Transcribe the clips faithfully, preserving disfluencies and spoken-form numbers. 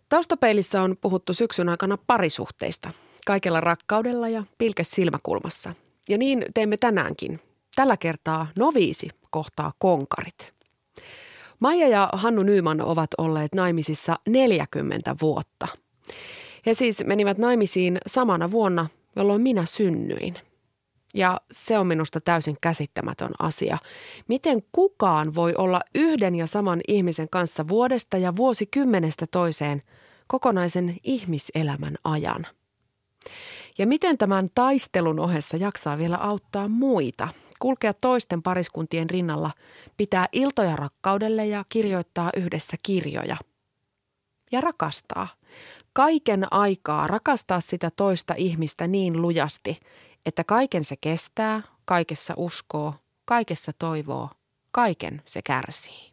Taustapeilissä on puhuttu syksyn aikana parisuhteista, kaikella rakkaudella ja pilke silmäkulmassa. Ja niin teemme tänäänkin. Tällä kertaa noviisi kohtaa konkarit. Maija ja Hannu Nyman ovat olleet naimisissa neljäkymmentä vuotta. He siis menivät naimisiin samana vuonna, jolloin minä synnyin. Ja se on minusta täysin käsittämätön asia. Miten kukaan voi olla yhden ja saman ihmisen kanssa vuodesta ja vuosikymmenestä toiseen kokonaisen ihmiselämän ajan? Ja miten tämän taistelun ohessa jaksaa vielä auttaa muita, kulkea toisten pariskuntien rinnalla, pitää iltoja rakkaudelle ja kirjoittaa yhdessä kirjoja? Ja rakastaa. Kaiken aikaa rakastaa sitä toista ihmistä niin lujasti, että kaiken se kestää, kaikessa uskoo, kaikessa toivoo, kaiken se kärsii.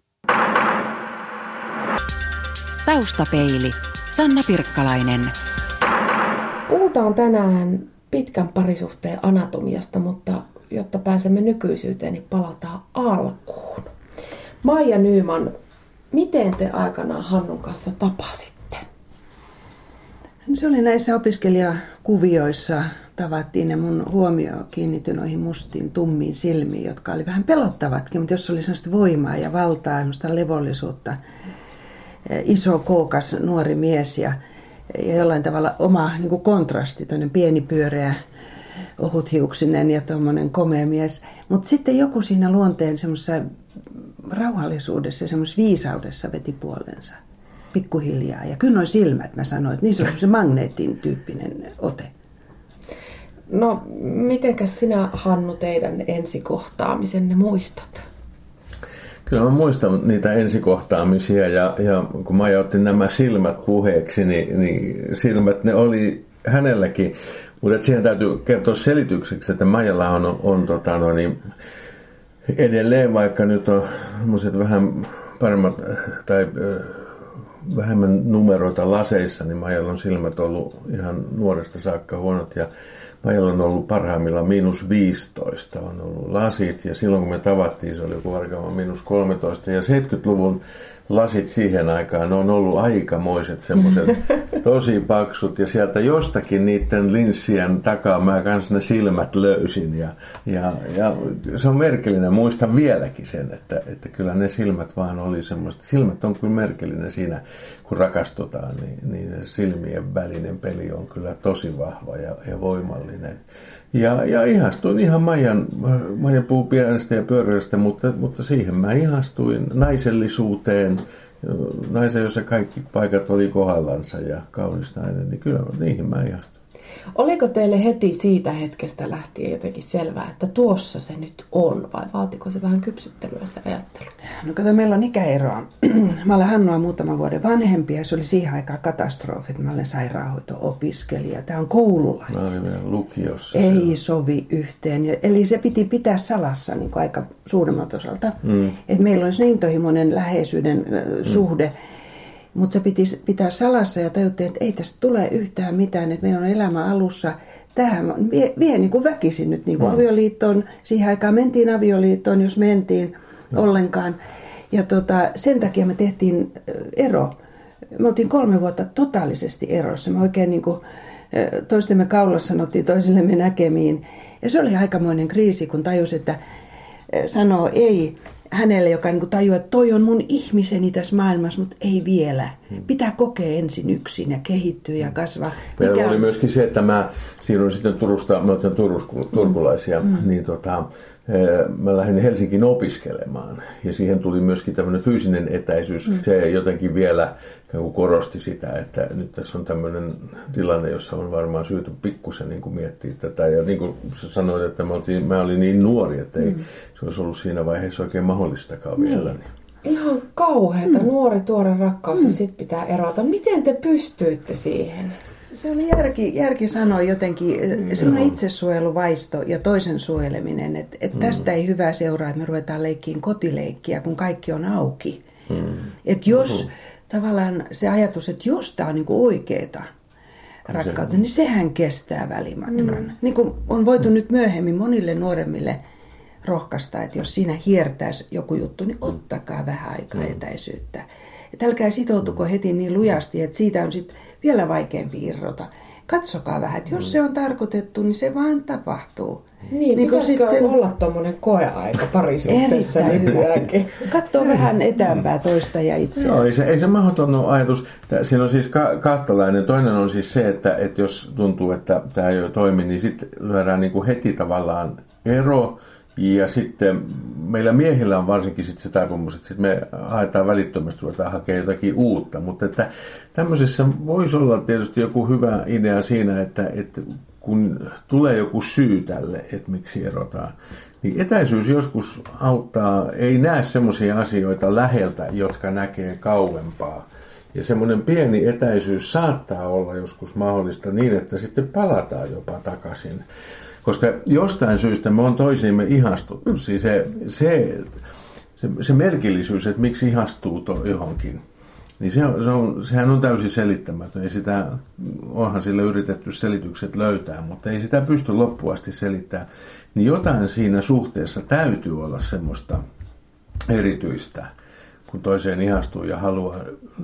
Taustapeili. Sanna Pirkkalainen. Puhutaan tänään pitkän parisuhteen anatomiasta, mutta jotta pääsemme nykyisyyteen, niin palataan alkuun. Maija Nyman, miten te aikanaan Hannun kanssa tapasitte? Se oli näissä opiskelijakuvioissa. Tavattiin ja mun huomio kiinnittyi noihin mustiin, tummiin silmiin, jotka oli vähän pelottavatkin, mutta jos oli sellaista voimaa ja valtaa, sellaista levollisuutta, iso, kookas, nuori mies ja, ja jollain tavalla oma niin kuin kontrasti, toinen pieni, pyöreä, ohuthiuksinen ja tuommoinen komea mies. Mutta sitten joku siinä luonteen semmoisessa rauhallisuudessa ja semmoisessa viisaudessa veti puolensa pikkuhiljaa. Ja kyllä noin silmät, mä sanoin, että niissä on se magneetin tyyppinen ote. No, mitenkäs sinä, Hannu, teidän ensikohtaamisenne muistat? Kyllä mä muistan niitä ensikohtaamisia ja, ja kun Maija otti nämä silmät puheeksi, niin, niin silmät ne oli hänelläkin. Mutta siihen täytyy kertoa selitykseksi, että Maijalla on, on, on tota, no niin, edelleen, vaikka nyt on vähän paremmat tai vähemmän numeroita laseissa, niin Maijalla on silmät ollut ihan nuoresta saakka huonot ja Maijalla on ollut parhaimmillaan miinus viisitoista on ollut lasit ja silloin kun me tavattiin se oli joku varmaan miinus kolmetoista ja seitsemänkymmentäluvun lasit siihen aikaan ne on ollut aikamoiset semmoiset tosi paksut ja sieltä jostakin niiden linssien takaa mä kanssa ne silmät löysin ja, ja, ja se on merkillinen, muistan vieläkin sen, että, että kyllä ne silmät vaan oli semmoista, silmät on kyllä merkillinen siinä kun rakastutaan, niin, niin se silmien välinen peli on kyllä tosi vahva ja, ja voimallinen. Ja, ja ihastuin ihan Maijan, Maija puhuu pienestä ja pyöräistä, mutta, mutta siihen mä ihastuin naisellisuuteen, naisen, jossa kaikki paikat oli kohdallansa ja kaunis nainen, niin kyllä niihin mä ihastuin. Oliko teille heti siitä hetkestä lähtien jotenkin selvää, että tuossa se nyt on, vai vaatiko se vähän kypsyttelyä se ajattelu? No kato, meillä on ikäeroa. Mä olen Hannua muutaman vuoden vanhempi ja se oli siihen aikaan katastrofi, että mä olen sairaanhoito-opiskelija. Tämä on koululainen. Mä olin vielä lukiossa. Ei sovi yhteen. Eli se piti pitää salassa niin kuin aika suuremmalta osalta. Mm. Että meillä olisi niin intohimoinen läheisyyden mm. suhde. Mutta se piti pitää salassa ja tajuttiin, että ei tästä tule yhtään mitään, että meillä on elämä alussa. Tähän vie, vie niin kuin väkisin nyt niin kuin mm. avioliittoon. Siihen aikaan mentiin avioliittoon, jos mentiin no. ollenkaan. Ja tota, sen takia me tehtiin ero. Me oltiin kolme vuotta totaalisesti erossa. Me oikein niin kuin toistemme kaulassa sanottiin toisillemme näkemiin. Ja se oli aikamoinen kriisi, kun tajusi, että sanoo ei hänelle, joka niin kuin tajuaa, että toi on mun ihmiseni tässä maailmassa, mutta ei vielä. Pitää kokea ensin yksin ja kehittyä ja kasvaa. Meillä Mikä oli on... myöskin se, että mä siirryin sitten Turusta, mä olen turkulaisia, mm. niin tota, mä lähdin Helsinkiin opiskelemaan. Ja siihen tuli myöskin tämmöinen fyysinen etäisyys. Mm. Se jotenkin vielä korosti sitä, että nyt tässä on tämmöinen tilanne, jossa on varmaan syytä pikkusen niin kuin miettiä tätä. Ja niin kuin sä sanoit, että mä, oltiin, mä olin niin nuori, että ei mm. se olisi ollut siinä vaiheessa oikein mahdollistakaan mm. vielä. Niin. Ihan kauheata. Mm. Nuori, tuore rakkaus mm. ja sit pitää erota. Miten te pystyitte siihen? Se oli järki, järki sanoa jotenkin, mm. semmoinen itsesuojeluvaisto ja toisen suojeleminen, että, että mm. tästä ei hyvää seuraa, että me ruvetaan leikkiin kotileikkiä, kun kaikki on auki. Mm. Että jos mm. tavallaan se ajatus, että jos tämä on niin kuin oikeeta rakkautta, se, niin sehän kestää välimatkan. Mm. Niin kuin on voitu mm. nyt myöhemmin monille nuoremmille rohkaista, että jos siinä hiertäisi joku juttu, niin ottakaa vähän aikaa mm. etäisyyttä. että älkää sitoutuko heti niin lujasti, että siitä on sitten vielä vaikeampi irrota. Katsokaa vähän, että jos se on tarkoitettu, niin se vaan tapahtuu. Niin, niin pitäisikö sitten olla tuommoinen koeaika parisuhteessa nykyäänkin? Katsoo vähän etäämpää toista ja itseään. Joo, ei se, ei se mahdoton ajatus. Siinä on siis ka- kahtalainen. Toinen on siis se, että, että jos tuntuu, että tämä ei toimi, niin sitten lyödään niin kuin heti tavallaan ero. Ja sitten meillä miehillä on varsinkin sit se taipumus, että sit me haetaan välittömästi, ruvetaan hakemaan jotakin uutta. Mutta että tämmöisessä voisi olla tietysti joku hyvä idea siinä, että, että kun tulee joku syy tälle, että miksi erotaan, niin etäisyys joskus auttaa, ei näe semmoisia asioita läheltä, jotka näkee kauempaa. Ja semmoinen pieni etäisyys saattaa olla joskus mahdollista niin, että sitten palataan jopa takaisin. Koska jostain syystä me on toisiimme ihastuttu. Siis se, se, se, se merkillisyys, että miksi ihastuu to johonkin, niin se on, se on, sehän on täysin selittämätön. Ei sitä, onhan sille yritetty selitykset löytää, mutta ei sitä pysty loppuun asti selittämään. Niin jotain siinä suhteessa täytyy olla semmoista erityistä, kun toiseen ihastuu ja haluaa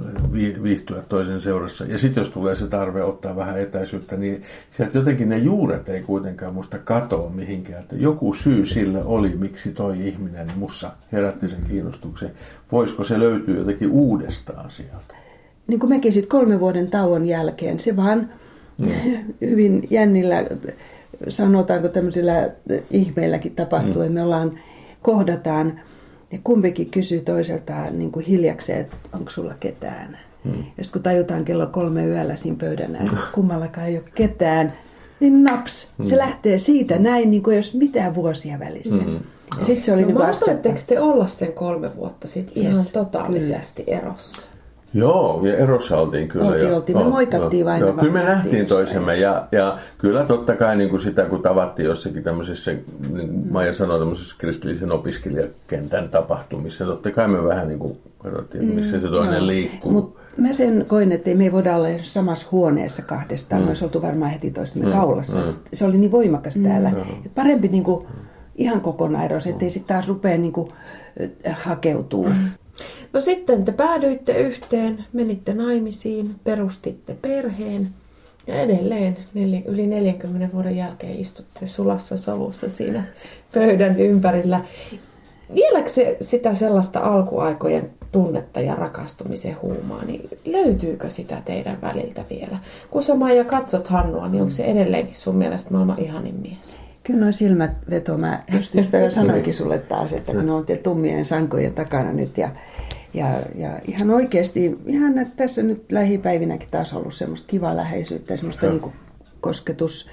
viihtyä toisen seurassa. Ja sitten jos tulee se tarve ottaa vähän etäisyyttä, niin sieltä jotenkin ne juuret ei kuitenkaan musta katoa mihinkään. Että joku syy sille oli, miksi toi ihminen mussa herätti sen kiinnostuksen. Voisiko se löytyä jotenkin uudestaan sieltä? Niin kuin mekin sitten kolmen vuoden tauon jälkeen, se vaan mm. hyvin jännillä, sanotaanko tämmöisillä ihmeilläkin tapahtuu, mm. että me ollaan, kohdataan. Ja kumpikin kysyy toiseltaan niin kuin hiljakseen, että onko sulla ketään. Hmm. Ja sitten kun tajutaan kello kolme yöllä siinä pöydän äärellä, että kummallakaan ei ole ketään, niin naps, hmm. se lähtee siitä näin, niin kuin jos mitään vuosia välissä. Hmm. Ja sitten se oli no, niin kuin astetteko te olla sen kolme vuotta sitten yes, ihan totaalisesti kyllä. erossa? Joo, ja erossa oltiin kyllä. Oltiin, jo. oltiin. Me moikattiin vain. Joo, kyllä me nähtiin toisemme ja, ja kyllä totta kai niin kuin sitä, kun tavattiin jossakin tämmöisessä, niin Maija sanoi, tämmöisessä kristillisen opiskelijakentän tapahtumissa, totta kai me vähän niin kuin katsottiin, missä se toinen mm, liikkuu. Mutta mä sen koin, että me ei voida olla samassa huoneessa kahdestaan, mm. me olisi oltu varmaan heti toistamme mm, kaulassa. Mm. Se oli niin voimakas mm, täällä. Mm. Parempi niin kuin ihan kokonaan erossa, ettei sitten taas rupea niin kuin hakeutumaan. Mm. No sitten te päädyitte yhteen, menitte naimisiin, perustitte perheen ja edelleen neljä, yli neljänkymmenen vuoden jälkeen istutte sulassa sovussa siinä pöydän ympärillä. Vieläkö se sitä sellaista alkuaikojen tunnetta ja rakastumisen huumaa, niin löytyykö sitä teidän väliltä vielä? Kun sä Maija katsot Hannua, niin onko se edelleenkin sun mielestä maailman ihanin mies? Kyllä nuo silmät veto. Mä just yksi päivä sanoinkin sulle taas, että kun ne on tummien sankojen takana nyt. Ja, ja, ja ihan oikeasti, ihan tässä nyt lähipäivinäkin taas ollut semmoista kivaa läheisyyttä, semmoista niin kuin kosketus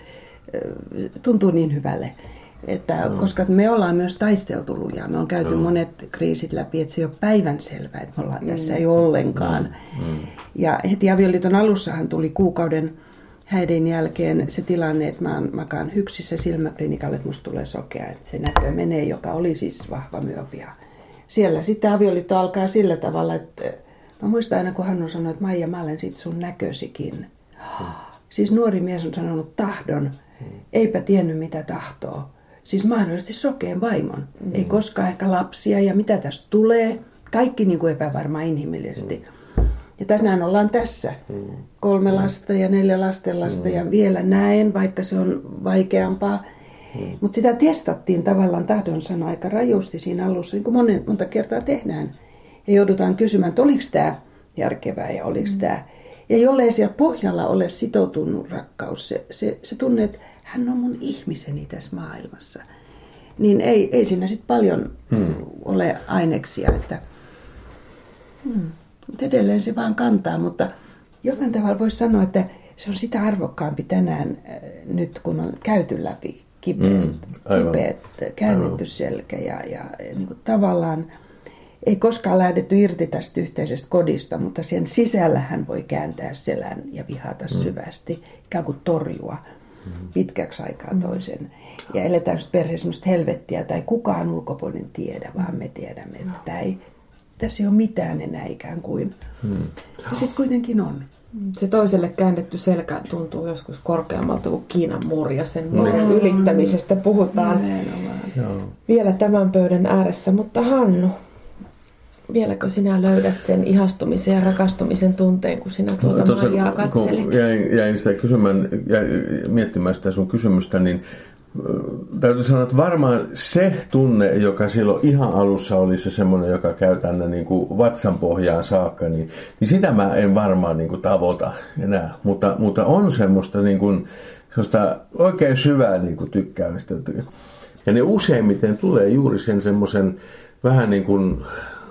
tuntuu niin hyvälle. Että, mm. Koska me ollaan myös taisteltu lujaa. Me on käyty mm. monet kriisit läpi, että se ei ole päivänselvää, että me ollaan mm. tässä ei ollenkaan. Mm. Ja heti avioliiton alussahan tuli kuukauden häiden jälkeen se tilanne, että mä makaan hyksissä silmäklinikalle, että musta tulee sokea, että se näkö menee, joka oli siis vahva myopia. Siellä sitten avioliitto alkaa sillä tavalla, että mä muistan aina, kun Hannu sanoi, että Maija, mä olen sit sun näkösikin. Hmm. Siis nuori mies on sanonut tahdon, hmm. eipä tiennyt mitä tahtoo. Siis mahdollisesti sokeen vaimon. Hmm. Ei koskaan ehkä lapsia ja mitä tästä tulee. Kaikki niin kuin epävarmaa inhimillisesti. Hmm. Ja tänään ollaan tässä. Hmm. Kolme lasta ja neljä lastenlasta hmm. ja vielä näen, vaikka se on vaikeampaa. Hmm. Mutta sitä testattiin tavallaan tahdon sanoa aika rajusti siinä alussa, niin kuin monen, monta kertaa tehdään. Ja joudutaan kysymään, että oliko tämä järkevää ja oliko hmm. tämä. Ja jollei siellä pohjalla ole sitoutunut rakkaus, se, se, se tunne, että hän on mun ihmiseni tässä maailmassa, niin ei, ei siinä sitten paljon hmm. ole aineksia. Että, hmm, edelleen se vaan kantaa, mutta jollain tavalla voisi sanoa, että se on sitä arvokkaampi tänään nyt, kun on käyty läpi kipeät, mm, kipeät käännetty selkä ja, ja niin kuin tavallaan ei koskaan lähdetty irti tästä yhteisestä kodista, mutta sen sisällä hän voi kääntää selän ja vihata mm. syvästi, ikään kuin torjua mm. pitkäksi aikaa toisen. Ja eletään perheessä sellaista helvettiä, tai kukaan ulkopuolinen tiedä, vaan me tiedämme, että tämä ei, tässä ei ole mitään enää ikään kuin. Mm. Ja sitten kuitenkin on. Se toiselle käännetty selkä tuntuu joskus korkeammalta kuin Kiinan muuri, ja sen muurin ylittämisestä puhutaan Nimenomaan. vielä tämän pöydän ääressä. Mutta Hannu, vieläkö sinä löydät sen ihastumisen ja rakastumisen tunteen, kun sinä tuota Tuossa, Maijaa katselit? Jäin, jäin sitä kysymään, jäin miettimään sitä sun kysymystä, niin täytyy sanoa, että varmaan se tunne, joka silloin ihan alussa oli se semmoinen, joka käy tänne niin kuin vatsan pohjaan saakka, niin, niin sitä mä en varmaan niin kuin tavoita enää. Mutta, mutta on semmoista, niin kuin, semmoista oikein syvää niin kuin tykkäämistä. Ja ne useimmiten tulee juuri sen semmoisen vähän niin kuin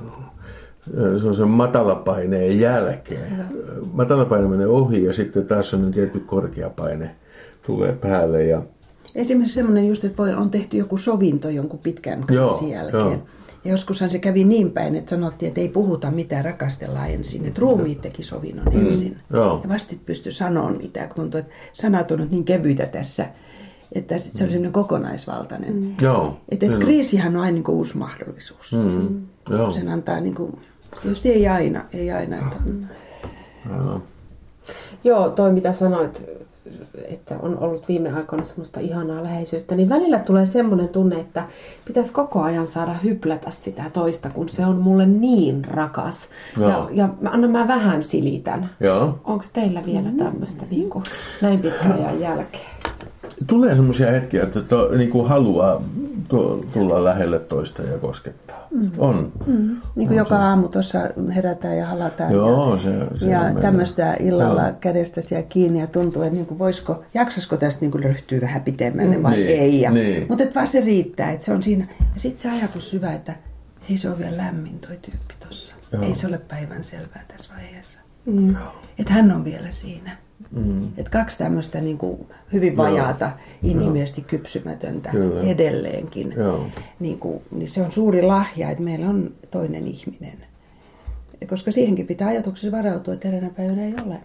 semmoisen matalapaineen jälkeen. Hyvä. Matalapaine menee ohi ja sitten taas on tietty korkeapaine tulee päälle ja esimerkiksi semmoinen just, että voi, on tehty joku sovinto jonkun pitkän kriisin jälkeen. Joo. Ja joskushan se kävi niin päin, että sanottiin, että ei puhuta mitään, rakastellaan ensin. Että ruumiit teki sovinnon mm. ensin. Joo. Ja vasta pystyi sanoa mitään, kun tuntuu, että sanat on niin kevyitä tässä. Että sit se oli semmoinen kokonaisvaltainen. Mm. Joo. Että et kriisihän on aina niin kuin uusi mahdollisuus. Mm. Joo. Sen antaa, niin kuin, tietysti ei aina. Ei aina että... mm. Joo. Joo, toi mitä sanoit, että on ollut viime aikoina semmoista ihanaa läheisyyttä, niin välillä tulee semmoinen tunne, että pitäisi koko ajan saada hyplätä sitä toista, kun se on mulle niin rakas. Ja, ja anna mä vähän silitän. Onko teillä vielä tämmöistä niin kuin näin pitkän ajan jälkeen? Tulee semmoisia hetkiä, että to, niin kuin haluaa to, tulla lähelle toista ja koskettaa. Mm. On. Mm. Niin kuin on joka se. Aamu tuossa herätään ja halataan. Joo, ja, se, se ja tämmöistä illalla Joo. kädestä siellä kiinni ja tuntuu, että niin kuin voisiko, jaksaisiko tästä niin kuin ryhtyä vähän pitemmälle mm. vai niin. ei. Ja, niin. Mutta että vaan se riittää, että se on siinä. Ja sitten se ajatus syvä, että hei, se on vielä lämmin toi tyyppi tuossa. Ei se ole päivänselvää tässä vaiheessa. Mm. Että hän on vielä siinä. Mm. Että kaksi tämmöistä niin kuin hyvin vajaata, Joo. inhimillisesti kypsymätöntä Kyllä. edelleenkin. Niin, kuin, niin se on suuri lahja, että meillä on toinen ihminen. Ja koska siihenkin pitää ajatuksessa varautua, että eräänä päivänä ei ole.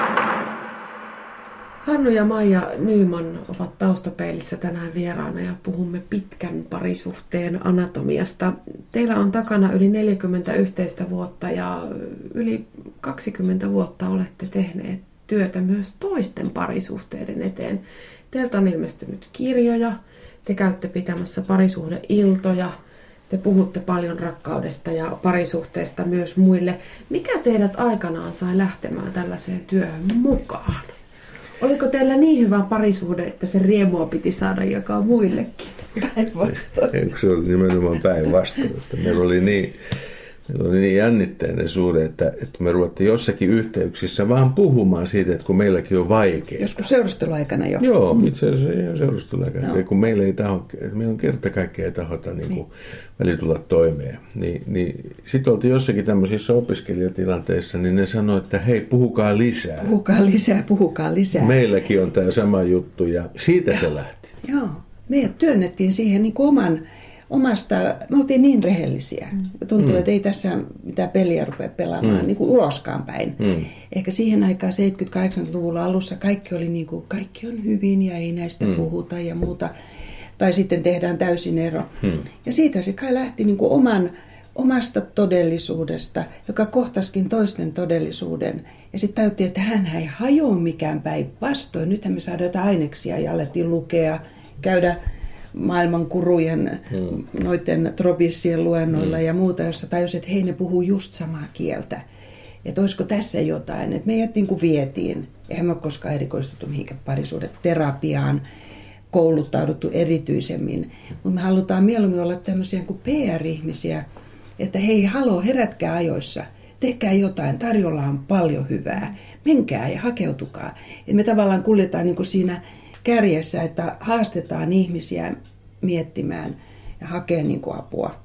Hannu ja Maija Nyman ovat taustapeilissä tänään vieraana ja puhumme pitkän parisuhteen anatomiasta. Teillä on takana yli neljäkymmentä yhteistä vuotta ja yli kaksikymmentä vuotta olette tehneet työtä myös toisten parisuhteiden eteen. Teiltä on ilmestynyt kirjoja, te käytte pitämässä parisuhdeiltoja, te puhutte paljon rakkaudesta ja parisuhteesta myös muille. Mikä teidät aikanaan sai lähtemään tällaiseen työhön mukaan? Oliko teillä niin hyvä parisuhde, että se riemua piti saada jakaa muillekin? Päinvastoin. Se oli nimenomaan päinvastoin. Meillä oli niin... Meillä oli niin jännitteinen suhde, että, että me ruvettiin jossakin yhteyksissä vaan puhumaan siitä, että kun meilläkin on vaikeaa. Joskus seurusteluaikana jo. Joo, itse asiassa ihan seurusteluaikana. No. Kun meillä ei taho, meillä on kerta kaikkea ei tahota niin niin. väli tulla toimeen. Niin, niin, sitten oltiin jossakin tämmöisissä opiskelijatilanteissa, niin ne sanoi, että hei, puhukaa lisää. Puhukaa lisää, puhukaa lisää. Meilläkin on tämä sama juttu ja siitä ja. se lähti. Joo, meidät työnnettiin siihen niin kuin oman... Omasta, me oltiin niin rehellisiä. Tuntuu, mm. että ei tässä mitään peliä rupea pelaamaan mm. niin kuin uloskaan päin. Mm. Ehkä siihen aikaan seitsemänkymmentä-kahdeksankymmentäluvulla alussa kaikki oli niin kuin, kaikki on hyvin ja ei näistä mm. puhuta ja muuta. Tai sitten tehdään täysin ero. Mm. Ja siitä se kai lähti niin kuin oman, omasta todellisuudesta, joka kohtaskin toisten todellisuuden. Ja sitten tajuttiin, että hän ei hajoa mikään päinvastoin. Nythän me saadaan jotain aineksia ja alettiin lukea, käydä maailman kurujen, hmm. noiden tropissien luennoilla hmm. ja muuta, jossa tajus, että hei, ne puhuu just samaa kieltä. Että olisiko tässä jotain, että meidät niin kuin vietiin. Eihän me ole koskaan erikoistuttu mihinkään parisuudet terapiaan, kouluttauduttu erityisemmin. Mutta me halutaan mieluummin olla tämmöisiä kuin P R-ihmisiä, että hei, haloo, herätkää ajoissa, tehkää jotain, tarjolla on paljon hyvää, menkää ja hakeutukaa. Ja me tavallaan kuljetaan niin kuin siinä kärjessä, että haastetaan ihmisiä miettimään ja hakee niin kuin apua.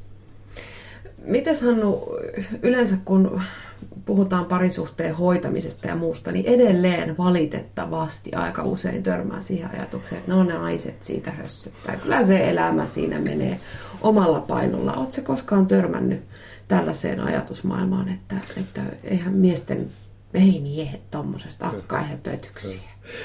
Mites Hannu, yleensä kun puhutaan parisuhteen hoitamisesta ja muusta, niin edelleen valitettavasti aika usein törmää siihen ajatukseen, että no ne naiset siitä hössöttää. Kyllä se elämä siinä menee omalla painolla. Oletko koskaan törmännyt tällaiseen ajatusmaailmaan, että, että eihän miesten ei miehet tommosesta akkaa höpötyksiä.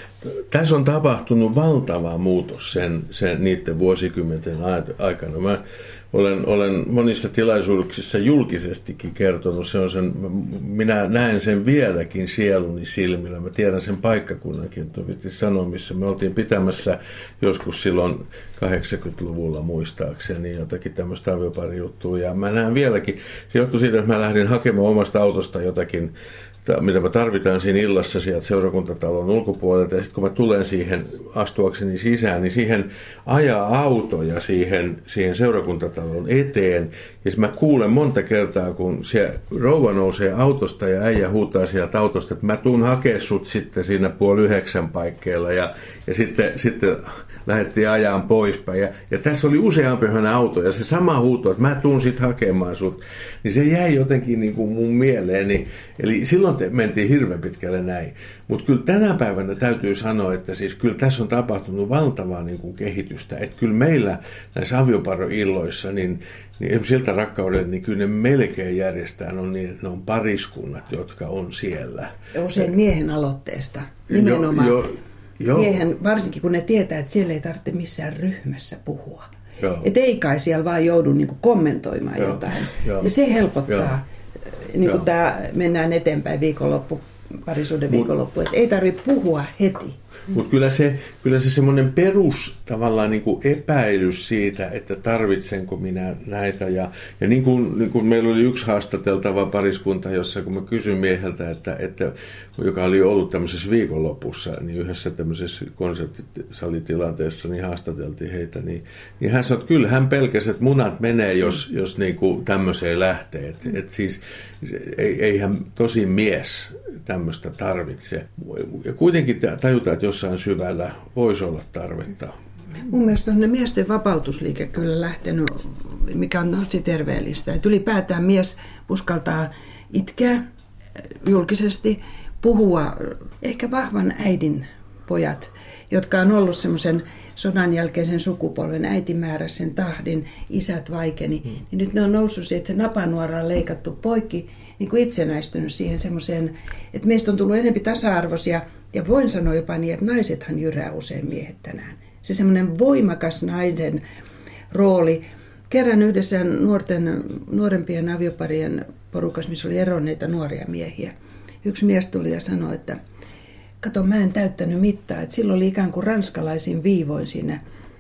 Tässä on tapahtunut valtava muutos sen, sen niiden vuosikymmenten aikana. Mä olen, olen monissa tilaisuuksissa julkisestikin kertonut, se on sen, minä näen sen vieläkin sieluni silmillä. Mä tiedän sen paikkakunnankin, että piti sanoa, missä me oltiin pitämässä joskus silloin kahdeksankymmentäluvulla muistaakseni jotakin tämmöistä avioparijuttua. Ja mä näen vieläkin, se johtui siitä, että mä lähdin hakemaan omasta autosta jotakin, mitä me tarvitaan siinä illassa sieltä seurakuntatalon ulkopuolelta. Ja sitten kun mä tulen siihen astuakseni sisään, niin siihen ajaa autoja siihen, siihen seurakuntatalon eteen. Ja mä kuulen monta kertaa, kun se rouva nousee autosta ja äijä huutaa sieltä autosta, että mä tuun hakea sut sitten siinä puoli yhdeksän paikkeilla. Ja, ja sitten, sitten lähdettiin ajaan poispäin. Ja, ja tässä oli useampi auto ja se sama huuto, että mä tuun sitten hakemaan sut. Niin se jäi jotenkin niin kuin mun mieleeni. Eli silloin te mentiin hirveän pitkälle näin. Mutta kyllä tänä päivänä täytyy sanoa, että siis kyllä tässä on tapahtunut valtavaa niin kuin kehitystä. Että kyllä meillä näissä avioparoilloissa, niin, niin siltä rakkaudella, niin kyllä ne melkein järjestään on niin, että ne on pariskunnat, jotka on siellä. Usein miehen aloitteesta. Nimenomaan jo, jo, jo. Miehen, varsinkin kun ne tietää, että siellä ei tarvitse missään ryhmässä puhua. Että ei kai siellä vaan joudu niin kuin kommentoimaan Joo. jotain. Joo. Ja se helpottaa. Joo. Niin kuin tämä mennään eteenpäin viikonloppu, parisuuden viikonloppu, että ei tarvitse puhua heti. Mutta kyllä se, kyllä se semmoinen perus tavallaan niin kuin epäilys siitä, että tarvitsenko minä näitä. Ja, ja niin, kuin, niin kuin meillä oli yksi haastateltava pariskunta, jossa kun mä kysyin mieheltä, että, että, joka oli ollut tämmöisessä viikonlopussa, niin yhdessä tämmöisessä konserttisalitilanteessa, niin haastateltiin heitä. Niin, niin hän sanoi, että kyllä hän pelkäsi, että munat menee, jos, jos niin kuin tämmöiseen lähtee. Että et siis eihän tosi mies tämmöistä tarvitse. Ja kuitenkin tajutaan, että jossain syvällä voisi olla tarvetta. Mun mielestä on ne miesten vapautusliike kyllä lähtenyt, mikä on tosi terveellistä. Että ylipäätään mies uskaltaa itkeä julkisesti, puhua ehkä vahvan äidin pojat, jotka on ollut semmoisen sodan jälkeisen sukupolven, äiti määräsi sen tahdin, isät vaikeni, hmm. niin nyt ne on noussut siihen, että se napanuora on leikattu poikki, niin kuin itsenäistynyt siihen semmoiseen, että meistä on tullut enemmän tasa-arvoisia, ja voin sanoa jopa niin, että naisethan jyrää usein miehet tänään. Se semmoinen voimakas naisen rooli. Kerran yhdessä nuorten, nuorempien avioparien porukassa, missä oli eronneita nuoria miehiä, yksi mies tuli ja sanoi, että kato, mä en täyttänyt mittaa. Että silloin oli ikään kuin ranskalaisin viivoin siinä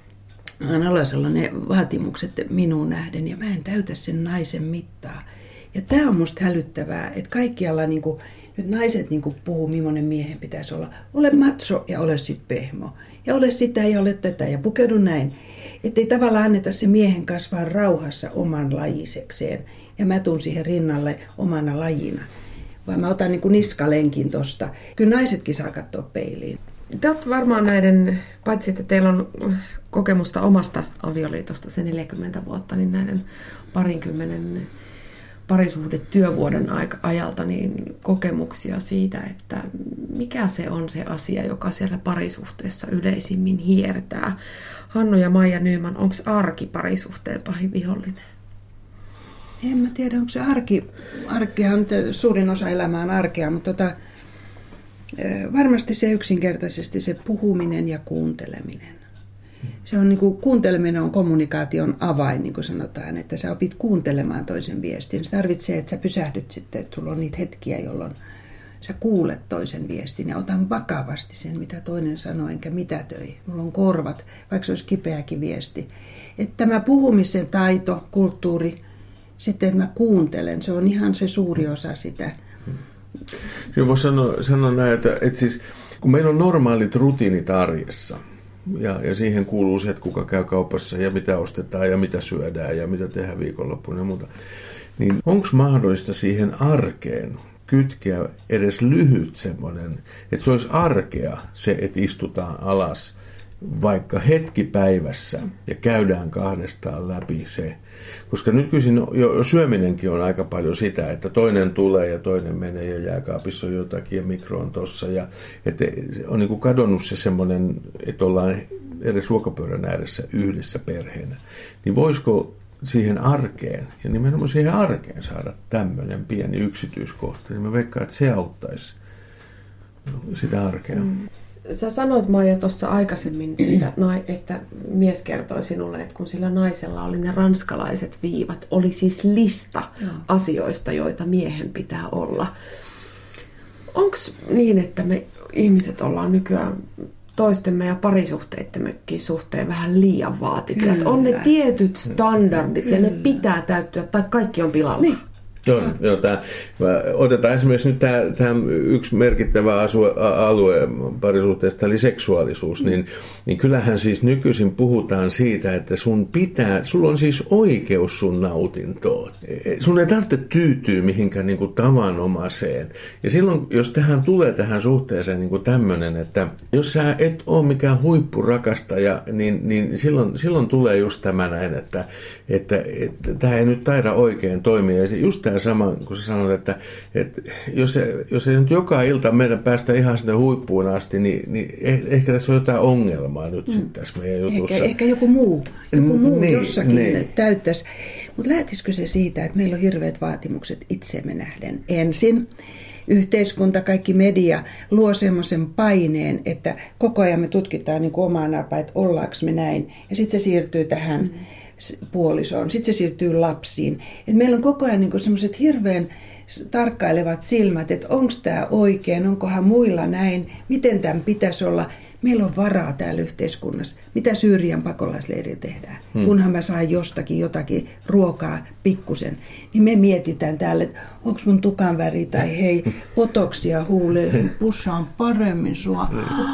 Alasalla ne vaatimukset minuun nähden, ja mä en täytä sen naisen mittaa. Ja tämä on musta hälyttävää, että kaikkialla niin kuin, nyt naiset niin kuin puhuu, millainen miehen pitäisi olla. Ole macho ja ole sit pehmo. Ja ole sitä ja ole tätä ja pukeudu näin. Että ei tavallaan anneta se miehen kasvaa rauhassa oman lajisekseen. Ja mä tuun siihen rinnalle omana lajina. Vaan mä otan niin kuin niskalenkin tosta. Kyllä naisetkin saa katsoa peiliin. Te olette varmaan näiden, paitsi että teillä on kokemusta omasta avioliitosta se neljäkymmentä vuotta, niin näiden parinkymmenen parisuhdetyövuoden ajalta niin kokemuksia siitä, että mikä se on se asia, joka siellä parisuhteessa yleisimmin hiertää. Hannu ja Maija Nyman, onko arki parisuhteen pahin vihollinen? En mä tiedä, onko se arki. Arkihan suurin osa elämää on arkea, mutta tota, varmasti se yksinkertaisesti se puhuminen ja kuunteleminen. Se on niin kuin, kuunteleminen on kommunikaation avain, niin kuin sanotaan, että sä opit kuuntelemaan toisen viestin. Se tarvitsee, että sä pysähdyt sitten, että sulla on niitä hetkiä, jolloin sä kuulet toisen viestin ja otan vakavasti sen, mitä toinen sanoo, enkä mitätöi. Mulla on korvat, vaikka se olisi kipeäkin viesti. Että tämä puhumisen taito, kulttuuri, sitten, että mä kuuntelen, se on ihan se suuri osa sitä. Kyllä voisi sanoa, sanoa näin, että, että siis, kun meillä on normaalit rutiinit arjessa, ja, ja siihen kuuluu se, että kuka käy kaupassa ja mitä ostetaan ja mitä syödään ja mitä tehdään viikonloppuun ja muuta, niin onko mahdollista siihen arkeen kytkeä edes lyhyt semmoinen, että se olisi arkea se, että istutaan alas vaikka hetki päivässä ja käydään kahdestaan läpi se. Koska nykyisin jo syöminenkin on aika paljon sitä, että toinen tulee ja toinen menee ja jääkaapissa on jotakin ja mikro on tossa. Ja, että on niin kuin kadonnut se semmoinen, että ollaan edes ruokapöydän ääressä yhdessä perheenä. Niin voisiko siihen arkeen, ja nimenomaan siihen arkeen saada tämmöinen pieni yksityiskohta, niin mä veikkaan, että se auttaisi sitä arkea. Mm. Sä sanoit, Maija, tuossa aikaisemmin siitä, että mies kertoi sinulle, että kun sillä naisella oli ne ranskalaiset viivat, oli siis lista Joo. asioista, joita miehen pitää olla. Onko niin, että me ihmiset ollaan nykyään toistemme ja parisuhteittemmekin suhteen vähän liian vaativia? On ne tietyt standardit Kyllä. ja ne pitää täyttyä, tai kaikki on pilalla? Niin. Joo, joo tämä, otetaan esimerkiksi nyt tämä, tämä yksi merkittävä asue, alue parisuhteesta, eli seksuaalisuus, niin, niin kyllähän siis nykyisin puhutaan siitä, että sun pitää, sulla on siis oikeus sun nautintoon. Sun ei tarvitse tyytyä mihinkään niin kuin tavanomaiseen. Ja silloin, jos tähän tulee tähän suhteeseen niin kuin tämmöinen, että jos sä et ole mikään huippurakastaja, niin, niin silloin, silloin tulee just tämä näin, että, että, että tämä ei nyt taida oikein toimia. Ja just tämä sama, kun sä sanot, että, että jos, se, jos se nyt joka ilta meidän päästä ihan sinne huippuun asti, niin, niin ehkä tässä on jotain ongelmaa nyt mm. sitten tässä meidän jutussa. Ehkä, ehkä joku muu, joku muu niin, jossakin niin. täyttäisi. Mutta lähtisikö se siitä, että meillä on hirveät vaatimukset itseemme nähden ensin? Yhteiskunta, kaikki media luo semmoisen paineen, että koko ajan me tutkitaan niin kuin omaa napaa, että ollaanko me näin. Ja sitten se siirtyy tähän mm. puolisoon, sitten se siirtyy lapsiin. Et meillä on koko ajan niin semmoiset hirveän tarkkailevat silmät, että onko tämä oikein, onkohan muilla näin, miten tämän pitäisi olla. Meillä on varaa täällä yhteiskunnassa. Mitä Syyrian pakolaisleirillä tehdään? Hmm. Kunhan mä saan jostakin jotakin ruokaa pikkusen, niin me mietitään täällä, että onko mun tukan väri tai hei, potoksia huuleen, pussaan paremmin sua.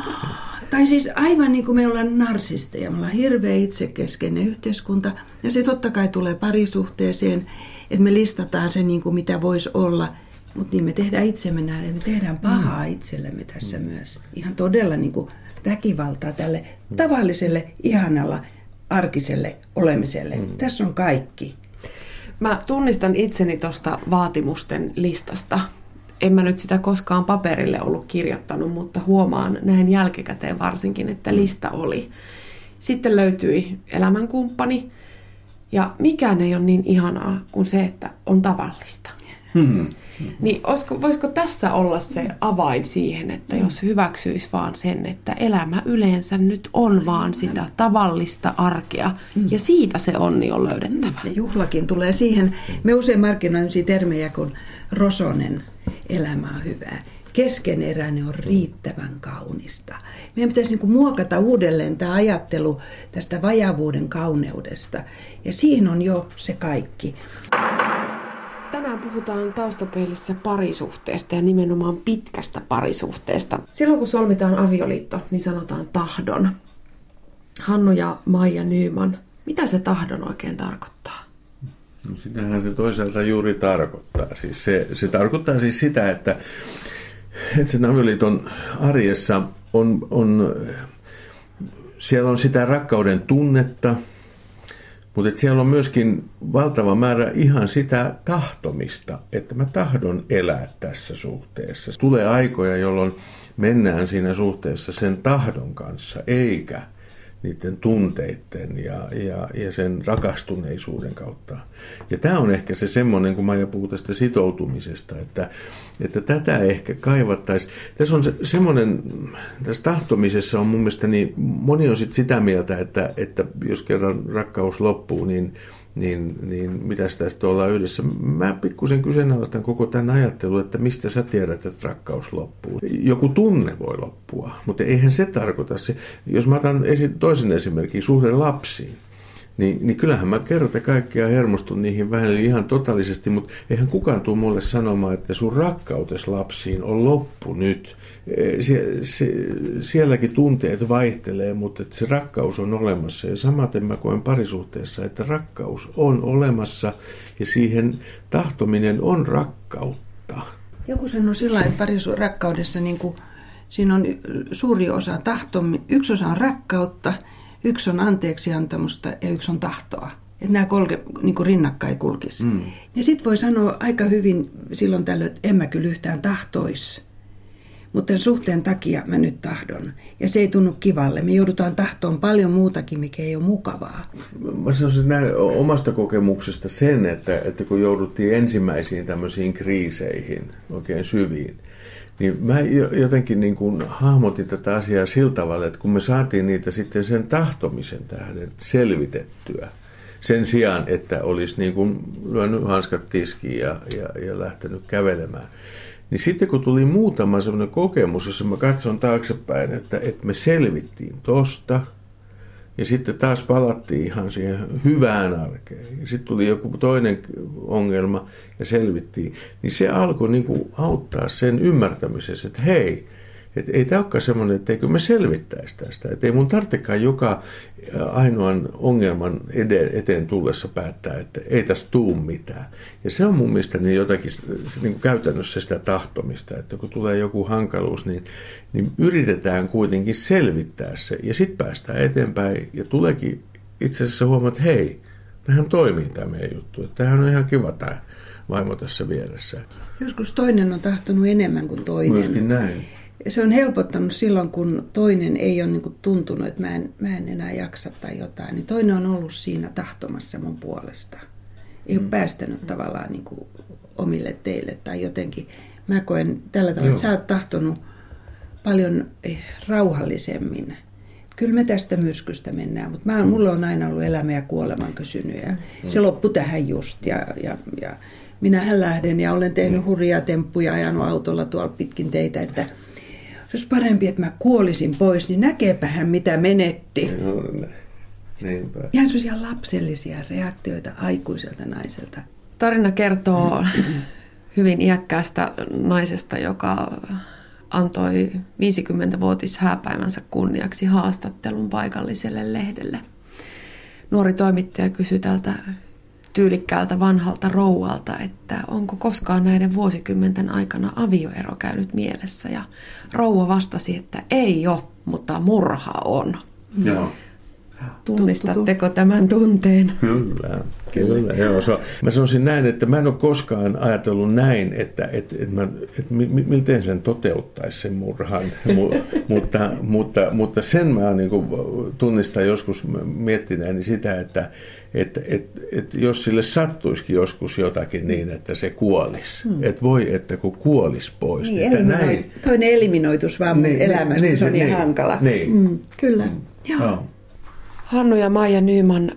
Tai siis aivan niin kuin me ollaan narsisteja, me ollaan hirveä itsekeskeinen yhteiskunta. Ja se totta kai tulee parisuhteeseen, että me listataan se niin kuin mitä voisi olla. Mutta niin me tehdään itsemme näille, me tehdään pahaa itsellemme tässä mm. myös. Ihan todella niin kuin väkivaltaa tälle tavalliselle, ihanalla, arkiselle olemiselle. Mm. Tässä on kaikki. Mä tunnistan itseni tuosta vaatimusten listasta. En mä nyt sitä koskaan paperille ollut kirjoittanut, mutta huomaan näin jälkikäteen varsinkin, että lista oli. Sitten löytyi elämänkumppani, ja mikään ei ole niin ihanaa kuin se, että on tavallista. Hmm. Niin olisiko, voisiko tässä olla se avain siihen, että jos hyväksyisi vaan sen, että elämä yleensä nyt on vaan sitä tavallista arkea, ja siitä se onni on löydettävä. Ja juhlakin tulee siihen. Me usein markkinoimme termejä kuin rosonen elämä on hyvää. Keskeneräinen on riittävän kaunista. Meidän pitäisi niin kuin muokata uudelleen tämä ajattelu tästä vajavuuden kauneudesta. Ja siinä on jo se kaikki. Tänään puhutaan taustapeilissä parisuhteesta ja nimenomaan pitkästä parisuhteesta. Silloin kun solmitaan avioliitto, niin sanotaan tahdon. Hannu ja Maija Nyman, mitä se tahdon oikein tarkoittaa? No sitähän se toisaalta juuri tarkoittaa. Siis se, se tarkoittaa siis sitä, että, että sen avioliiton arjessa on, on, siellä on sitä rakkauden tunnetta, mutta siellä on myöskin valtava määrä ihan sitä tahtomista, että mä tahdon elää tässä suhteessa. Tulee aikoja, jolloin mennään siinä suhteessa sen tahdon kanssa, eikä niiden tunteiden ja, ja, ja sen rakastuneisuuden kautta. Ja tämä on ehkä se semmoinen, kun Maija puhuu tästä sitoutumisesta, että, että tätä ehkä kaivattaisiin. Tässä on se, semmoinen, tässä tahtomisessa on mun mielestä, niin moni on sit sitä mieltä, että, että jos kerran rakkaus loppuu, niin Niin, niin mitäs tästä ollaan yhdessä. Mä pikkusen kyseenalaistan koko tämän ajattelun, että mistä sä tiedät, että rakkaus loppuu. Joku tunne voi loppua, mutta eihän se tarkoita se. Jos mä otan esi- toisen esimerkin, suhde lapsiin, niin, niin kyllähän mä kerta kaikkiaan hermostun niihin vähän, eli ihan totaalisesti, mutta eihän kukaan tule mulle sanomaan, että sun rakkautes lapsiin on loppu nyt. Sie, se, sielläkin tunteet vaihtelee, mutta että se rakkaus on olemassa. Ja samaten mä koen parisuhteessa, että rakkaus on olemassa ja siihen tahtominen on rakkautta. Joku sanoo sillä, että parisu rakkaudessa niin kuin, siinä on suuri osa tahtomi, yksi osa on rakkautta, yksi on anteeksiantamusta ja yksi on tahtoa. Että nämä kolme niin kuin rinnakkain kulkisi. Mm. Ja sitten voi sanoa aika hyvin silloin tällöin, että en mä kyllä yhtään tahtoisi. mutta tämän suhteen takia mä nyt tahdon. Ja se ei tunnu kivalle. Me joudutaan tahtoon paljon muutakin, mikä ei ole mukavaa. Mä sanoisin näin omasta kokemuksesta sen, että, että kun jouduttiin ensimmäisiin tämmöisiin kriiseihin, oikein syviin, niin mä jotenkin niin kuin hahmotin tätä asiaa sillä tavalla, että kun me saatiin niitä sitten sen tahtomisen tähden selvitettyä, sen sijaan, että olisi niin kuin lyönyt hanskat tiskiin ja, ja, ja lähtenyt kävelemään, niin sitten kun tuli muutama sellainen kokemus, jossa mä katson taaksepäin, että, että me selvittiin tosta, ja sitten taas palattiin ihan siihen hyvään arkeen. Ja sitten tuli joku toinen ongelma ja selvittiin. Niin se alkoi niin kuin auttaa sen ymmärtämisessä, että hei, että ei tämä olekaan semmoinen, että eikö me selvittäisi tästä. Että ei mun tarvitsekaan joka ainoan ongelman eteen tullessa päättää, että ei tästä tuu mitään. Ja se on mun mielestä niin jotakin niin kuin käytännössä sitä tahtomista, että kun tulee joku hankaluus, niin, niin yritetään kuitenkin selvittää se. Ja sitten päästään eteenpäin ja tuleekin itse asiassa huomaat, että hei, tämähän toimii tämä meidän juttu. Että tämähän on ihan kiva tämä vaimo tässä vieressä. Joskus toinen on tahtonut enemmän kuin toinen. Myöskin näin. Se on helpottanut silloin, kun toinen ei ole niin kuin tuntunut, että mä en, mä en enää jaksa tai jotain. Niin toinen on ollut siinä tahtomassa mun puolesta. Ei ole päästänyt tavallaan niin kuin omille teille tai jotenkin. Mä koen tällä tavalla, että sä oot tahtonut paljon rauhallisemmin. Kyllä me tästä myrskystä mennään, mutta mä, mulla on aina ollut elämä ja kuoleman kysynyt. Ja se loppui tähän just ja... ja, ja minähän lähden ja olen tehnyt hurjaa temppuja, ajanut autolla tuolla pitkin teitä, että jos parempi, että mä kuolisin pois, niin näkeepähän mitä menetti. No, niinpä. Ihan sellaisia lapsellisia reaktioita aikuiselta naiselta. Tarina kertoo hyvin iäkkäästä naisesta, joka antoi viisikymmenvuotis hääpäivänsä kunniaksi haastattelun paikalliselle lehdelle. Nuori toimittaja kysyi tältä tyylikkäältä vanhalta rouvalta, että onko koskaan näiden vuosikymmenten aikana avioero käynyt mielessä. Ja rouva vastasi, että ei ole, mutta murha on. Joo. Tunnistatteko tämän tunteen? Kyllä, kyllä. Joo, so, mä sanoisin näin, että mä en ole koskaan ajatellut näin, että, että, että, mä, että milten sen toteuttaisi sen murhan, mutta, mutta, mutta sen mä niin kuin tunnistan joskus miettineeni sitä, että Että et, et jos sille sattuisikin joskus jotakin niin, että se kuolisi. Hmm. Että voi, että kun kuolisi pois. Niin, että eliminoi, näin, toinen eliminoitus vaan mun niin, elämästä, niin, se on niin, niin hankala. Niin. Mm, kyllä, Mm. joo. Joo. Hannu ja Maija Nyman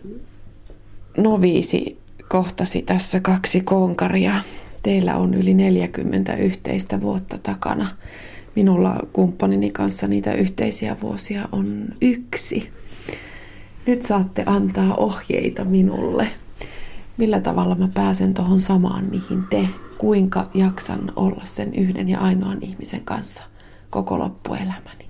noviisi kohtasi tässä kaksi konkaria. Teillä on yli neljäkymmentä yhteistä vuotta takana. Minulla kumppanini kanssa niitä yhteisiä vuosia on yksi. Nyt saatte antaa ohjeita minulle. Millä tavalla mä pääsen tuohon samaan, mihin te? Kuinka jaksan olla sen yhden ja ainoan ihmisen kanssa koko loppuelämäni?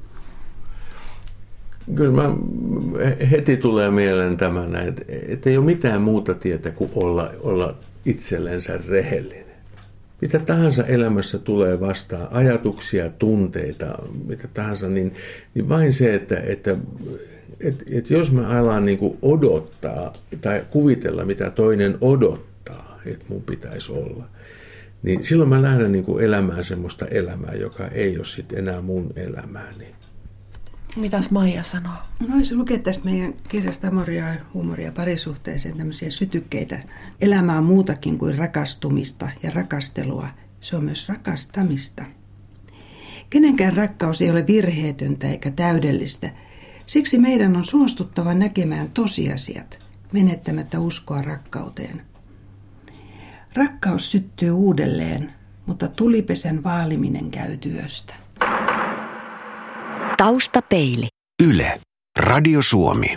Kyllä mä, heti tulee mieleen tämä, että, että ei ole mitään muuta tietä kuin olla, olla itsellensä rehellinen. Mitä tahansa elämässä tulee vastaan, ajatuksia, tunteita, mitä tahansa, niin, niin vain se, että, että et, et jos mä alan niin kuin odottaa tai kuvitella, mitä toinen odottaa, että mun pitäisi olla, niin silloin mä lähden niin kuin elämään semmoista elämää, joka ei ole sitten enää mun elämääni. Mitäs Maija sanoo? No voisin lukea tästä meidän kirjasta Amoria ja huumoria parisuhteeseen tämmöisiä sytykkeitä. Elämä on muutakin kuin rakastumista ja rakastelua. Se on myös rakastamista. Kenenkään rakkaus ei ole virheetöntä eikä täydellistä. Siksi meidän on suostuttava näkemään tosiasiat, menettämättä uskoa rakkauteen. Rakkaus syttyy uudelleen, mutta tulipesän vaaliminen käy työstä. Taustapeili. Yle. Radio Suomi.